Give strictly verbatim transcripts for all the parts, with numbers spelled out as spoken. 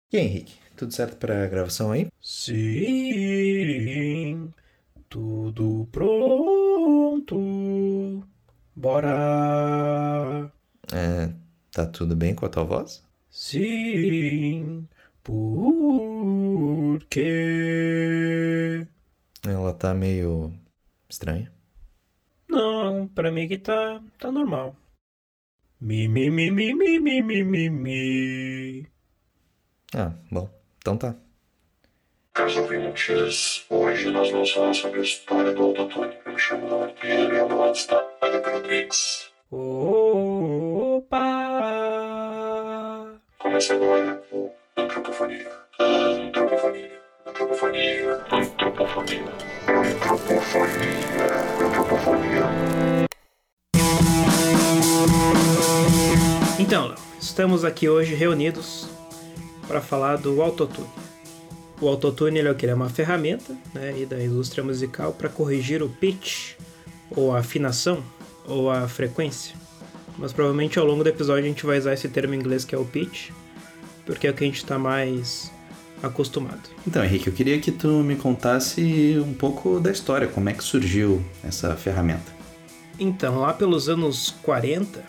E aí, Henrique, tudo certo pra gravação aí? Sim, tudo pronto. Bora. É, tá tudo bem com a tua voz? Sim, por quê? Ela tá meio estranha. Não, pra mim que tá, tá normal. Mi, mi, mi, mi, mi, mi, mi, mi, mi. Ah, bom, então tá. Caros ouvintes, hoje nós vamos falar sobre a história do autotune. Eu me chamo Leonardo Pinheiro e ao meu lado está Agatha Rodrigues. Opa! Começa agora o Antropofonia. Antropofonia. Antropofonia. Antropofonia. Antropofonia. Antropofonia. Então, Léo, estamos aqui hoje reunidos para falar do autotune. O autotune ele é, o que? Ele é uma ferramenta, né, aí da indústria musical para corrigir o pitch, ou a afinação, ou a frequência. Mas provavelmente ao longo do episódio a gente vai usar esse termo em inglês que é o pitch, porque é o que a gente está mais acostumado. Então, Henrique, eu queria que tu me contasse um pouco da história, como é que surgiu essa ferramenta. Então, lá pelos anos quarenta,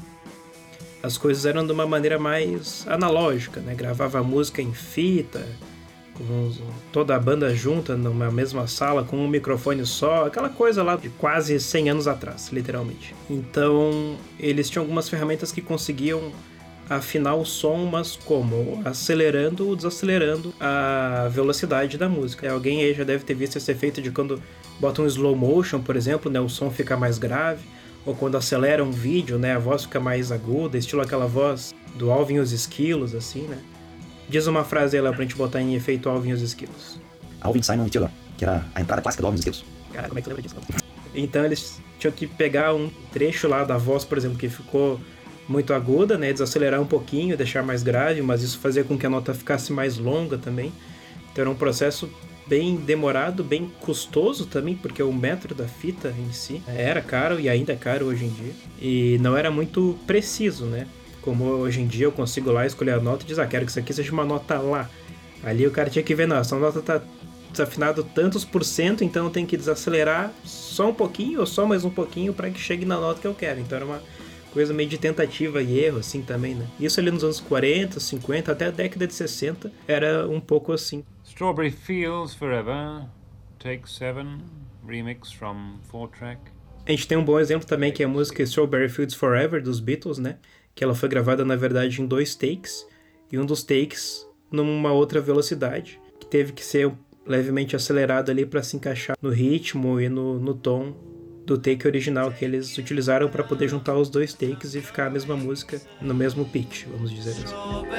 as coisas eram de uma maneira mais analógica, né? Gravava música em fita, com toda a banda junta numa mesma sala, com um microfone só, aquela coisa lá de quase cem anos atrás, literalmente. Então, eles tinham algumas ferramentas que conseguiam afinar o som, mas como? Acelerando ou desacelerando a velocidade da música. Alguém aí já deve ter visto esse efeito de quando bota um slow motion, por exemplo, né? O som fica mais grave. Ou quando acelera um vídeo, né, a voz fica mais aguda, estilo aquela voz do Alvin e os Esquilos, assim, né? Diz uma frase aí lá pra gente botar em efeito Alvin e os Esquilos. Alvin, Simon e Theodore, que era a entrada clássica do Alvin e os Esquilos. Cara, como é que você lembra disso? Então eles tinham que pegar um trecho lá da voz, por exemplo, que ficou muito aguda, né, desacelerar um pouquinho, deixar mais grave, mas isso fazia com que a nota ficasse mais longa também. Então era um processo bem demorado, bem custoso também, porque o metro da fita em si era caro e ainda é caro hoje em dia. E não era muito preciso, né? Como hoje em dia eu consigo lá escolher a nota e dizer, ah, quero que isso aqui seja uma nota lá. Ali o cara tinha que ver, não, essa nota tá desafinado tantos por cento, então eu tenho que desacelerar só um pouquinho ou só mais um pouquinho para que chegue na nota que eu quero. Então era uma coisa meio de tentativa e erro, assim, também, né? Isso ali nos anos quarenta, cinquenta, até a década de sessenta, era um pouco assim. Strawberry Fields Forever, Take seven, remix from four track. A gente tem um bom exemplo também, que é a música Strawberry Fields Forever, dos Beatles, né? Que ela foi gravada, na verdade, em dois takes, e um dos takes numa outra velocidade, que teve que ser levemente acelerado ali para se encaixar no ritmo e no, no tom do take original que eles utilizaram para poder juntar os dois takes e ficar a mesma música no mesmo pitch, vamos dizer assim.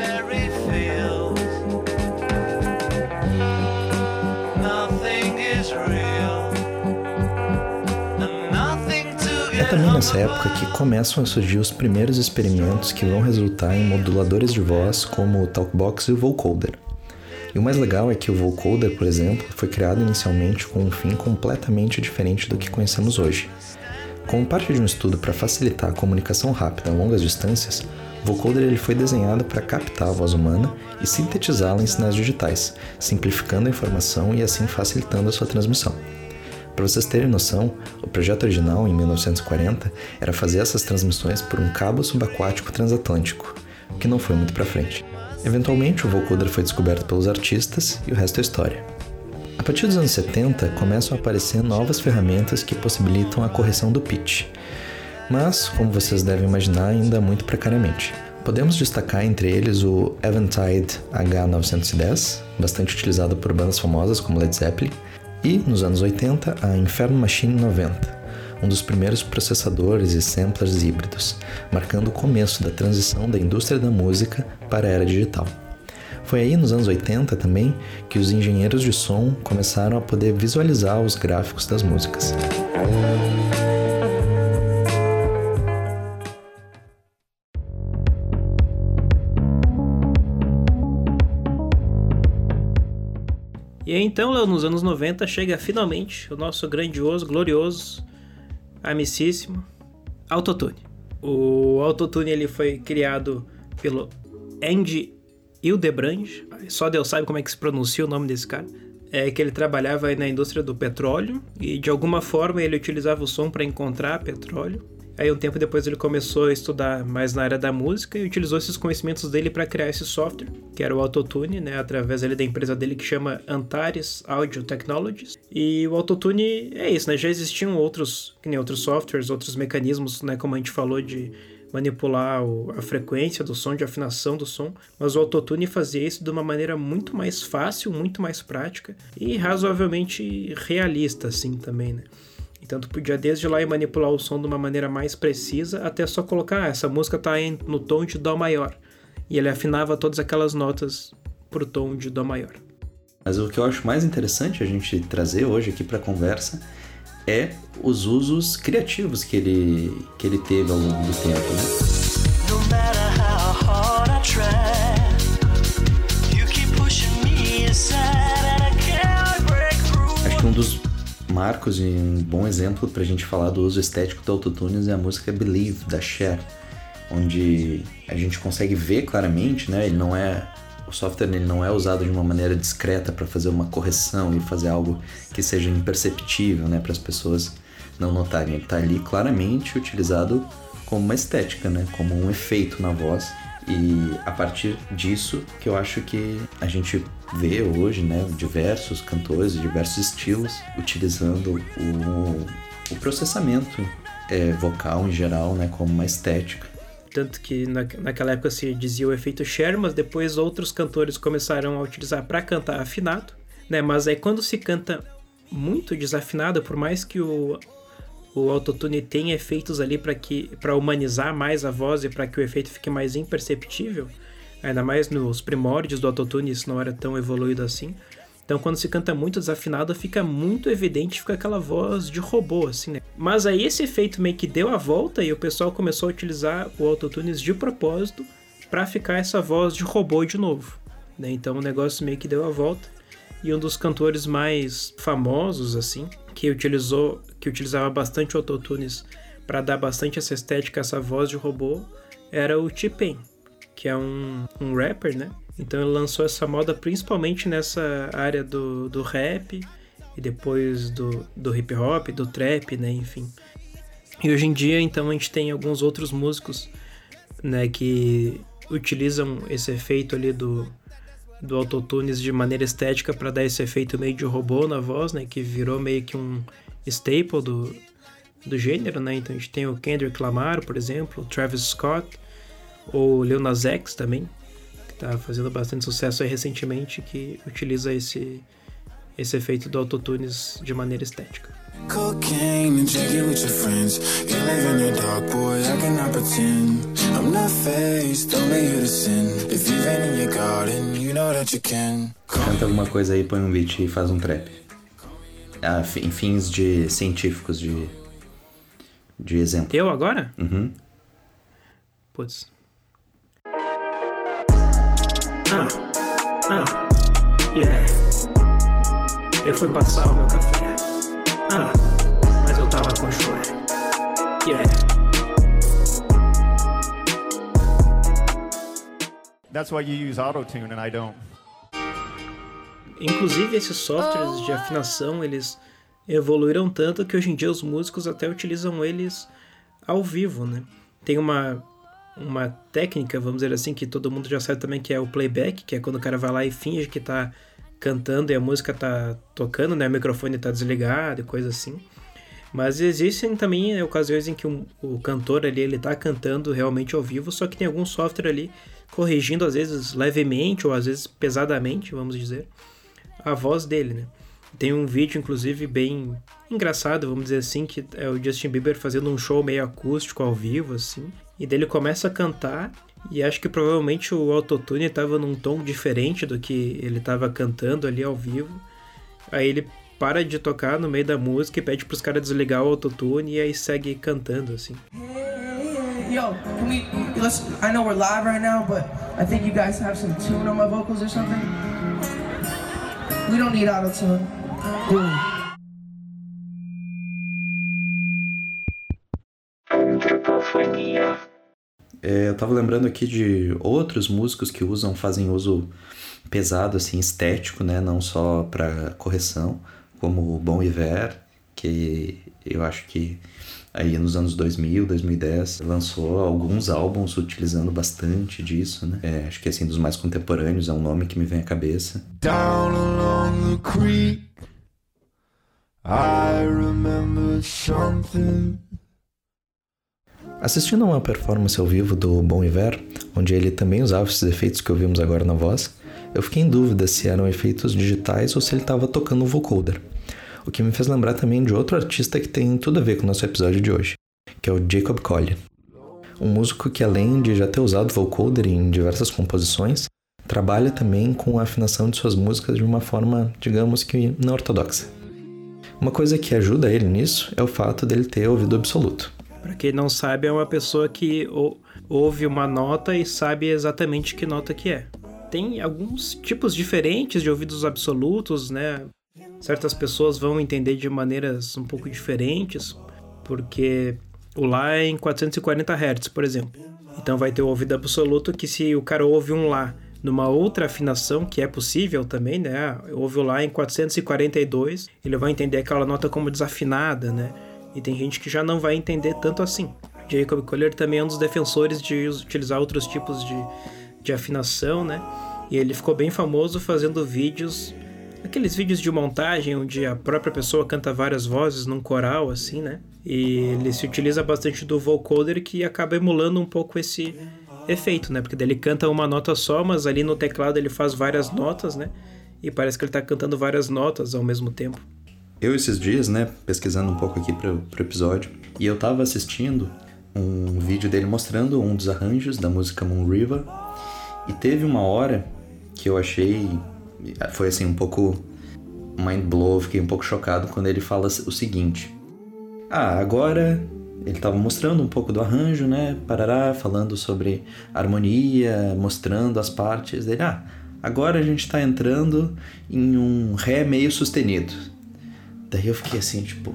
É também nessa época que começam a surgir os primeiros experimentos que vão resultar em moduladores de voz como o Talkbox e o Vocoder. E o mais legal é que o Vocoder, por exemplo, foi criado inicialmente com um fim completamente diferente do que conhecemos hoje. Como parte de um estudo para facilitar a comunicação rápida a longas distâncias, o Vocoder ele foi desenhado para captar a voz humana e sintetizá-la em sinais digitais, simplificando a informação e assim facilitando a sua transmissão. Para vocês terem noção, o projeto original, em mil novecentos e quarenta, era fazer essas transmissões por um cabo subaquático transatlântico, o que não foi muito para frente. Eventualmente, o vocoder foi descoberto pelos artistas e o resto é história. A partir dos anos setenta, começam a aparecer novas ferramentas que possibilitam a correção do pitch, mas, como vocês devem imaginar, ainda muito precariamente. Podemos destacar entre eles o Eventide H novecentos e dez, bastante utilizado por bandas famosas como Led Zeppelin, e, nos anos oitenta, a Inferno Machine noventa, um dos primeiros processadores e samplers híbridos, marcando o começo da transição da indústria da música para a era digital. Foi aí, nos anos oitenta também, que os engenheiros de som começaram a poder visualizar os gráficos das músicas. E aí, então, Léo, nos anos noventa, chega finalmente o nosso grandioso, glorioso, amicíssimo Autotune. O Autotune ele foi criado pelo Andy Hildebrand, só Deus sabe como é que se pronuncia o nome desse cara, é que ele trabalhava aí na indústria do petróleo e de alguma forma ele utilizava o som para encontrar petróleo. Aí um tempo depois ele começou a estudar mais na área da música e utilizou esses conhecimentos dele para criar esse software, que era o Autotune, né, através ali da empresa dele que chama Antares Audio Technologies. E o Autotune é isso, né, já existiam outros, que nem outros softwares, outros mecanismos, né, como a gente falou, de manipular o, a frequência do som, de afinação do som, mas o Autotune fazia isso de uma maneira muito mais fácil, muito mais prática e razoavelmente realista, assim, também, né. Então tu podia desde lá ir manipular o som de uma maneira mais precisa até só colocar, ah, essa música tá no tom de Dó maior. E ele afinava todas aquelas notas pro tom de Dó maior. Mas o que eu acho mais interessante a gente trazer hoje aqui pra conversa é os usos criativos que ele, que ele teve ao longo do tempo, né? No matter how hard I try, you keep pushing me aside and I can't break through. Acho que um dos marcos e um bom exemplo pra gente falar do uso estético do Autotunes é a música Believe, da Cher, onde a gente consegue ver claramente, né, ele não é, o software ele não é usado de uma maneira discreta para fazer uma correção e fazer algo que seja imperceptível, né, para as pessoas não notarem. Ele tá ali claramente utilizado como uma estética, né, como um efeito na voz. E a partir disso que eu acho que a gente vê hoje, né, diversos cantores de diversos estilos utilizando o, o processamento é, vocal em geral, né, como uma estética. Tanto que na, naquela época se dizia o efeito Cher, mas depois outros cantores começaram a utilizar para cantar afinado, né, mas aí quando se canta muito desafinado, por mais que o O Autotune tem efeitos ali para que para humanizar mais a voz e para que o efeito fique mais imperceptível, ainda mais nos primórdios do Autotune isso não era tão evoluído assim. Então quando se canta muito desafinado fica muito evidente, fica aquela voz de robô assim, né? Mas aí esse efeito meio que deu a volta e o pessoal começou a utilizar o Autotune de propósito para ficar essa voz de robô de novo, né? Então o negócio meio que deu a volta. E um dos cantores mais famosos, assim, que utilizou, que utilizava bastante autotunes para dar bastante essa estética, essa voz de robô, era o T-Pain, que é um, um rapper, né? Então ele lançou essa moda principalmente nessa área do, do rap e depois do, do hip hop, do trap, né? Enfim. E hoje em dia, então, a gente tem alguns outros músicos, né, que utilizam esse efeito ali do do Autotunes de maneira estética para dar esse efeito meio de robô na voz, né, que virou meio que um staple do, do gênero, né? Então a gente tem o Kendrick Lamar, por exemplo, o Travis Scott, ou o Lil Nas X também, que tá fazendo bastante sucesso aí recentemente, que utiliza esse, esse efeito do Autotunes de maneira estética. Cocaine and drinking with your friends. You live in your dark, boy, I cannot pretend. I'm not faced, only here to sin. If you've been in your garden, you know that you can. Canta alguma coisa aí, põe um beat e faz um trap. Ah, em fins de científicos, de, de exemplo. Eu agora? Uhum. Putz. Ah, ah, yeah. Eu fui passar o meu café. Ah, mas eu tava com chulé. Yeah. That's why you use Autotune and I don't. Inclusive esses softwares de afinação, eles evoluíram tanto que hoje em dia os músicos até utilizam eles ao vivo, né? Tem uma, uma técnica, vamos dizer assim, que todo mundo já sabe também, que é o playback, que é quando o cara vai lá e finge que tá cantando e a música tá tocando, né? O microfone tá desligado e coisa assim. Mas existem também ocasiões em que um, o cantor ali, ele tá cantando realmente ao vivo, só que tem algum software ali corrigindo, às vezes levemente ou às vezes pesadamente, vamos dizer, a voz dele, né? Tem um vídeo, inclusive, bem engraçado, vamos dizer assim, que é o Justin Bieber fazendo um show meio acústico ao vivo, assim, e dele começa a cantar. E acho que provavelmente o Autotune estava num tom diferente do que ele estava cantando ali ao vivo. Aí ele para de tocar no meio da música e pede pros caras desligar o Autotune e aí segue cantando, assim. Yo, can we, let's, I know we're live right now, but I think you guys have some tune on my vocals or something. We don't need Autotune. Boom. É, eu tava lembrando aqui de outros músicos que usam, fazem uso pesado, assim, estético, né? Não só para correção, como o Bon Iver, que eu acho que aí nos anos dois mil, dois mil e dez, lançou alguns álbuns utilizando bastante disso, né? É, acho que assim, dos mais contemporâneos, é um nome que me vem à cabeça. Down along the creek, I remember something. Assistindo a uma performance ao vivo do Bon Iver, onde ele também usava esses efeitos que ouvimos agora na voz, eu fiquei em dúvida se eram efeitos digitais ou se ele estava tocando um vocoder. O que me fez lembrar também de outro artista que tem tudo a ver com o nosso episódio de hoje, que é o Jacob Collier. Um músico que, além de já ter usado vocoder em diversas composições, trabalha também com a afinação de suas músicas de uma forma, digamos que, não ortodoxa. Uma coisa que ajuda ele nisso é o fato dele ter ouvido absoluto. Para quem não sabe, é uma pessoa que ou, ouve uma nota e sabe exatamente que nota que é. Tem alguns tipos diferentes de ouvidos absolutos, né? Certas pessoas vão entender de maneiras um pouco diferentes, porque o Lá é em quatrocentos e quarenta hertz, por exemplo. Então vai ter o ouvido absoluto que, se o cara ouve um Lá numa outra afinação, que é possível também, né? Ouve o Lá em quatrocentos e quarenta e dois, ele vai entender aquela nota como desafinada, né? E tem gente que já não vai entender tanto assim. Jacob Collier também é um dos defensores de utilizar outros tipos de, de afinação, né? E ele ficou bem famoso fazendo vídeos, aqueles vídeos de montagem onde a própria pessoa canta várias vozes num coral, assim, né? E ele se utiliza bastante do vocoder, que acaba emulando um pouco esse efeito, né? Porque daí ele canta uma nota só, mas ali no teclado ele faz várias notas, né? E parece que ele tá cantando várias notas ao mesmo tempo. Eu esses dias, né, pesquisando um pouco aqui pro, pro episódio, e eu tava assistindo um vídeo dele mostrando um dos arranjos da música Moon River, e teve uma hora que eu achei, foi assim um pouco mind blow, fiquei um pouco chocado quando ele fala o seguinte: ah, agora ele tava mostrando um pouco do arranjo, né, parará, falando sobre harmonia, mostrando as partes dele, ah, agora a gente tá entrando em um Ré meio sustenido. Daí eu fiquei assim, tipo,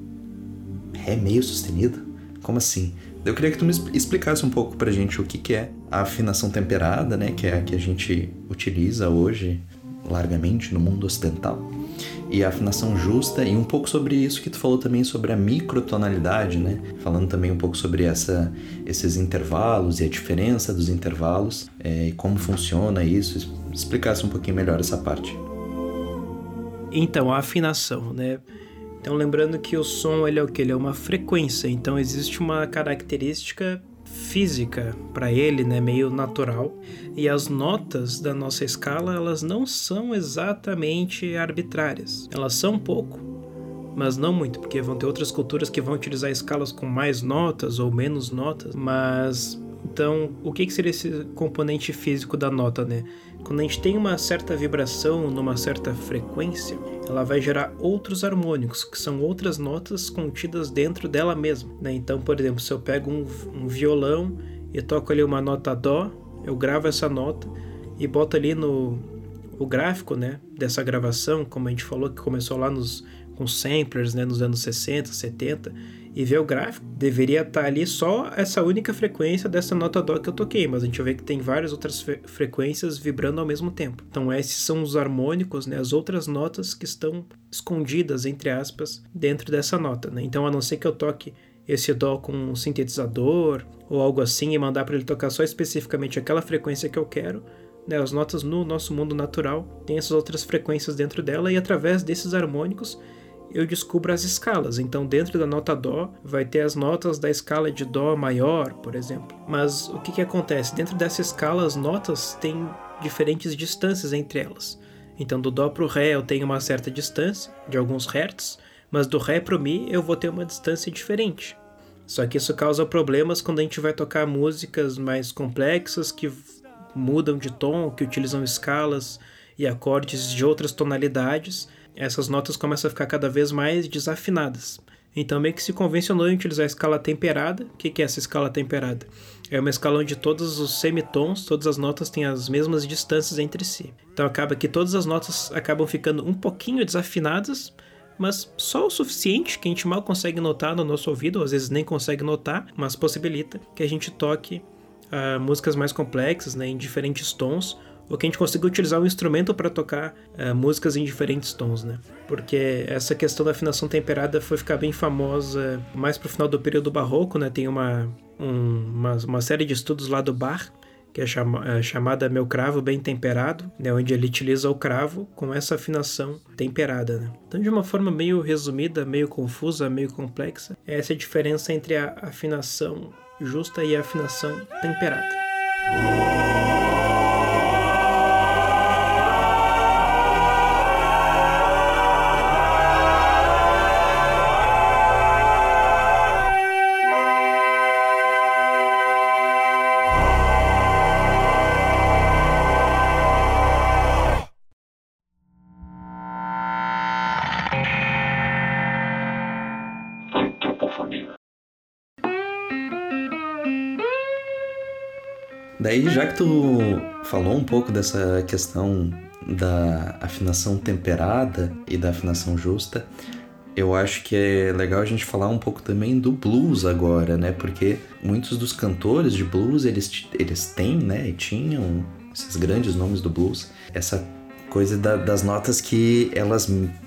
Ré meio sustenido? Como assim? Eu queria que tu me explicasse um pouco pra gente o que, que é a afinação temperada, né? Que é a que a gente utiliza hoje largamente no mundo ocidental. E a afinação justa, e um pouco sobre isso que tu falou também sobre a microtonalidade, né? Falando também um pouco sobre essa, esses intervalos e a diferença dos intervalos, é, e como funciona isso. Explicasse um pouquinho melhor essa parte. Então, a afinação, né? Então, lembrando que o som, ele é o quê? Ele é uma frequência. Então, existe uma característica física para ele, né? Meio natural. E as notas da nossa escala, elas não são exatamente arbitrárias. Elas são um pouco, mas não muito, porque vão ter outras culturas que vão utilizar escalas com mais notas ou menos notas. Mas, então, o que que seria esse componente físico da nota, né? Quando a gente tem uma certa vibração numa certa frequência, ela vai gerar outros harmônicos, que são outras notas contidas dentro dela mesma, né? Então, por exemplo, se eu pego um, um violão e toco ali uma nota dó, eu gravo essa nota e boto ali no o gráfico, né, dessa gravação, como a gente falou, que começou lá nos, com samplers, né, nos anos sessenta, setenta, e ver o gráfico, deveria estar ali só essa única frequência dessa nota dó que eu toquei, mas a gente vê que tem várias outras fre- frequências vibrando ao mesmo tempo. Então esses são os harmônicos, né, as outras notas que estão escondidas, entre aspas, dentro dessa nota, né? Então, a não ser que eu toque esse dó com um sintetizador ou algo assim e mandar para ele tocar só especificamente aquela frequência que eu quero, né, as notas no nosso mundo natural têm essas outras frequências dentro dela, e através desses harmônicos eu descubro as escalas. Então, dentro da nota dó vai ter as notas da escala de dó maior, por exemplo. Mas o que que acontece? Dentro dessa escala, as notas têm diferentes distâncias entre elas. Então, do dó para o ré eu tenho uma certa distância de alguns hertz, mas do ré para o mi eu vou ter uma distância diferente. Só que isso causa problemas quando a gente vai tocar músicas mais complexas que mudam de tom, que utilizam escalas e acordes de outras tonalidades. Essas notas começam a ficar cada vez mais desafinadas. Então, meio que se convencionou em utilizar a escala temperada. O que que é essa escala temperada? É uma escala onde todos os semitons, todas as notas têm as mesmas distâncias entre si. Então, acaba que todas as notas acabam ficando um pouquinho desafinadas, mas só o suficiente que a gente mal consegue notar no nosso ouvido, às vezes nem consegue notar, mas possibilita que a gente toque uh, músicas mais complexas, né, em diferentes tons, ou que a gente consiga utilizar um instrumento para tocar uh, músicas em diferentes tons, né? Porque essa questão da afinação temperada foi ficar bem famosa mais pro final do período barroco, né? Tem uma, um, uma, uma série de estudos lá do Bach, que é, chama, é chamada Meu Cravo Bem Temperado, né? Onde ele utiliza o cravo com essa afinação temperada, né? Então, de uma forma meio resumida, meio confusa, meio complexa, essa é a diferença entre a afinação justa e a afinação temperada. Daí, já que tu falou um pouco dessa questão da afinação temperada e da afinação justa, eu acho que é legal a gente falar um pouco também do blues agora, né? Porque muitos dos cantores de blues, eles, eles têm, né? E tinham esses grandes nomes do blues, essa coisa da, das notas que elas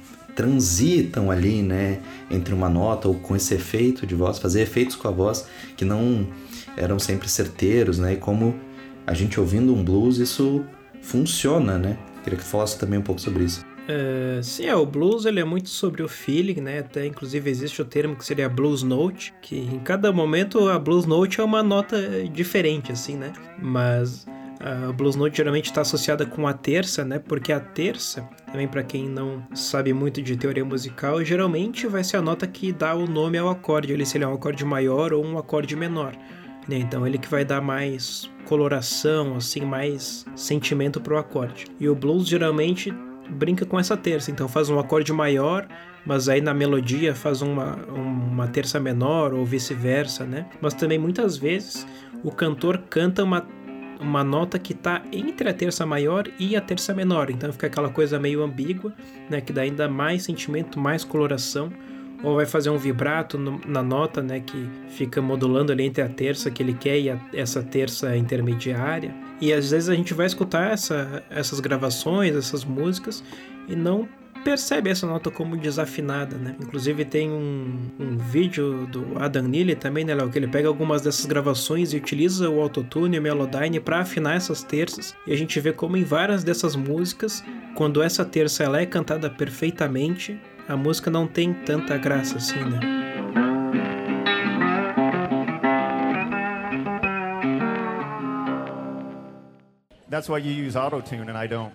transitam ali, né? Entre uma nota ou com esse efeito de voz, fazer efeitos com a voz que não eram sempre certeiros, né? E como a gente ouvindo um blues, isso funciona, né? Queria que tu falasse também um pouco sobre isso. É, sim, é, o blues ele é muito sobre o feeling, né? Até inclusive existe o termo que seria blues note, que em cada momento a blues note é uma nota diferente, assim, né? Mas a blues note geralmente está associada com a terça, né? Porque a terça, também para quem não sabe muito de teoria musical, geralmente vai ser a nota que dá o nome ao acorde, ele se ele é um acorde maior ou um acorde menor, né? Então ele que vai dar mais coloração, assim, mais sentimento pro acorde. E o blues geralmente brinca com essa terça, então faz um acorde maior, mas aí na melodia faz uma, uma terça menor ou vice-versa, né? Mas também muitas vezes o cantor canta uma, uma nota que tá entre a terça maior e a terça menor, então fica aquela coisa meio ambígua, né? Que dá ainda mais sentimento, mais coloração. Ou vai fazer um vibrato no, na nota, né, que fica modulando ali entre a terça que ele quer e a, essa terça intermediária. E às vezes a gente vai escutar essa, essas gravações, essas músicas, e não percebe essa nota como desafinada, né? Inclusive tem um, um vídeo do Adam Neely também, né, Léo, que ele pega algumas dessas gravações e utiliza o autotune e o Melodyne para afinar essas terças. E a gente vê como em várias dessas músicas, quando essa terça ela é cantada perfeitamente, a música não tem tanta graça assim, né? That's why you use auto-tune and I don't.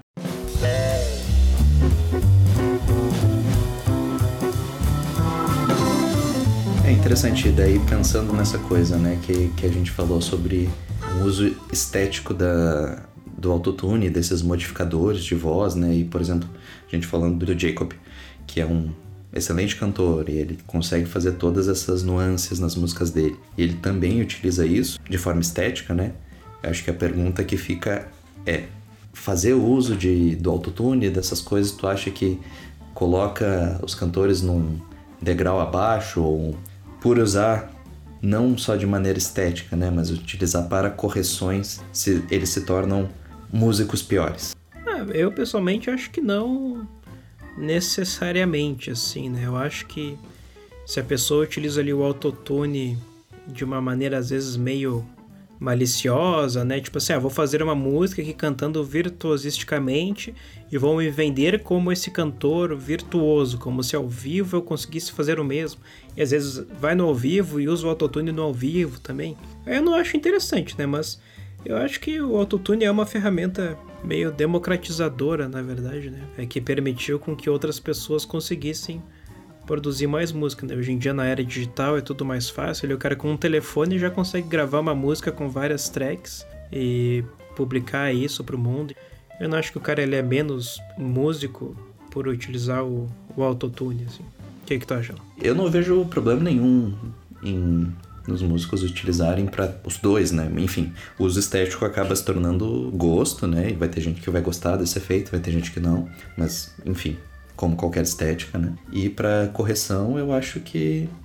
É interessante, daí pensando nessa coisa, né, que, que a gente falou sobre o uso estético da, do autotune, desses modificadores de voz, né, e por exemplo, a gente falando do Jacob, que é um excelente cantor e ele consegue fazer todas essas nuances nas músicas dele. E ele também utiliza isso de forma estética, né? Eu acho que a pergunta que fica é: fazer o uso de, do autotune, dessas coisas, tu acha que coloca os cantores num degrau abaixo, ou por usar não só de maneira estética, né? Mas utilizar para correções, se eles se tornam músicos piores? Ah, eu pessoalmente acho que não necessariamente, assim, né? Eu acho que se a pessoa utiliza ali o autotune de uma maneira às vezes meio maliciosa, né? Tipo assim, ah, vou fazer uma música aqui cantando virtuosisticamente e vou me vender como esse cantor virtuoso, como se ao vivo eu conseguisse fazer o mesmo. E às vezes vai no ao vivo e usa o autotune no ao vivo também. Aí eu não acho interessante, né? Mas eu acho que o autotune é uma ferramenta meio democratizadora, na verdade, né? É que permitiu com que outras pessoas conseguissem produzir mais música, né? Hoje em dia, na era digital, é tudo mais fácil. Ele, o cara com um telefone já consegue gravar uma música com várias tracks e publicar isso pro mundo. Eu não acho que o cara ele é menos músico por utilizar o, o autotune, assim. O que, que tu acha? Eu não vejo problema nenhum em nos músicos utilizarem para os dois, né? Enfim, o uso estético acaba se tornando gosto, né? E vai ter gente que vai gostar desse efeito, vai ter gente que não, mas enfim, como qualquer estética, né? E para correção, eu acho que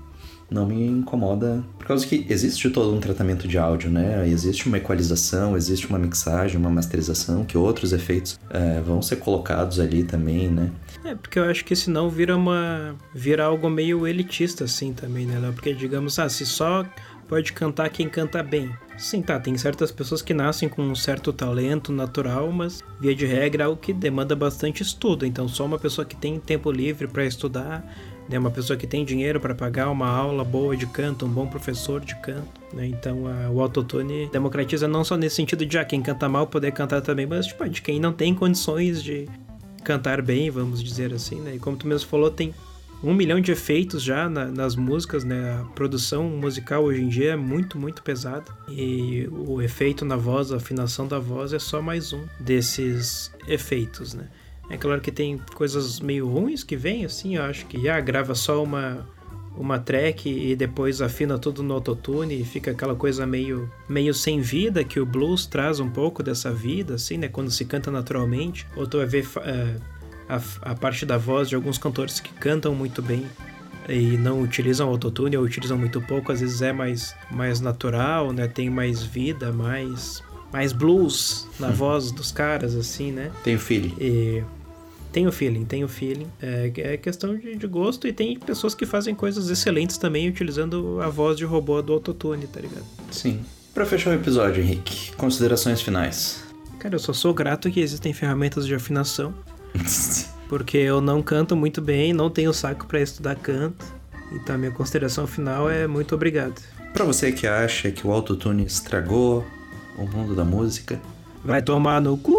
não me incomoda, por causa que existe todo um tratamento de áudio, né? Existe uma equalização, existe uma mixagem, uma masterização, que outros efeitos é, vão ser colocados ali também, né? É, porque eu acho que senão vira uma... vira algo meio elitista, assim, também, né, Léo? Porque, digamos, ah, se só pode cantar quem canta bem. Sim, tá, tem certas pessoas que nascem com um certo talento natural, mas, via de regra, é algo que demanda bastante estudo. Então, só uma pessoa que tem tempo livre para estudar, né, uma pessoa que tem dinheiro para pagar uma aula boa de canto, um bom professor de canto, né? Então, a, o autotune democratiza não só nesse sentido de, ah, quem canta mal poder cantar também, mas, tipo, de quem não tem condições de cantar bem, vamos dizer assim, né? E como tu mesmo falou, tem um milhão de efeitos já na, nas músicas, né? A produção musical hoje em dia é muito, muito pesada. E o efeito na voz, a afinação da voz é só mais um desses efeitos, né? É claro que tem coisas meio ruins que vem, assim, eu acho que ah, grava só uma, uma track e depois afina tudo no autotune e fica aquela coisa meio, meio sem vida, que o blues traz um pouco dessa vida, assim, né? Quando se canta naturalmente. Ou tu vai ver... Uh, A, a parte da voz de alguns cantores que cantam muito bem e não utilizam autotune ou utilizam muito pouco, às vezes é mais, mais natural, né? Tem mais vida, mais, mais blues na hum. voz dos caras, assim, né? Tem o feeling. E tem o feeling, tem o feeling. É, é questão de, de gosto, e tem pessoas que fazem coisas excelentes também utilizando a voz de robô do autotune, tá ligado? Sim. Pra fechar o episódio, Henrique, considerações finais. Cara, eu só sou grato que existem ferramentas de afinação. Porque eu não canto muito bem, não tenho saco pra estudar canto. Então a minha consideração final é muito obrigado. Pra você que acha que o autotune estragou o mundo da música, vai tomar no cu.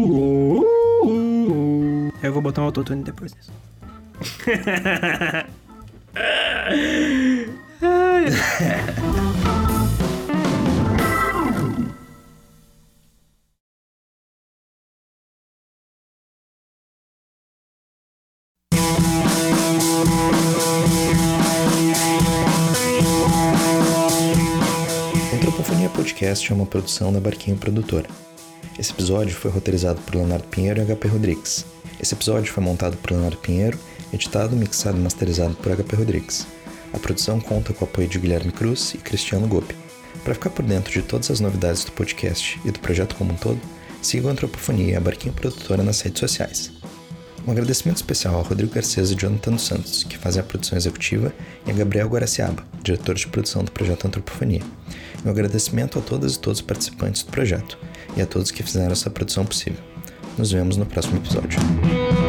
Eu vou botar um autotune depois disso. Antropofonia Podcast é uma produção da Barquinho Produtora. Esse episódio foi roteirizado por Leonardo Pinheiro e H P Rodrigues. Esse episódio foi montado por Leonardo Pinheiro, editado, mixado e masterizado por H P Rodrigues. A produção conta com o apoio de Guilherme Cruz e Cristiano Gopi. Para ficar por dentro de todas as novidades do podcast e do projeto como um todo, siga a Antropofonia e a Barquinho Produtora nas redes sociais. Um agradecimento especial ao Rodrigo Garcês e Jonathan dos Santos, que fazem a produção executiva, e a Gabriel Guaraciaba, diretor de produção do projeto Antropofonia. E um agradecimento a todas e todos os participantes do projeto, e a todos que fizeram essa produção possível. Nos vemos no próximo episódio.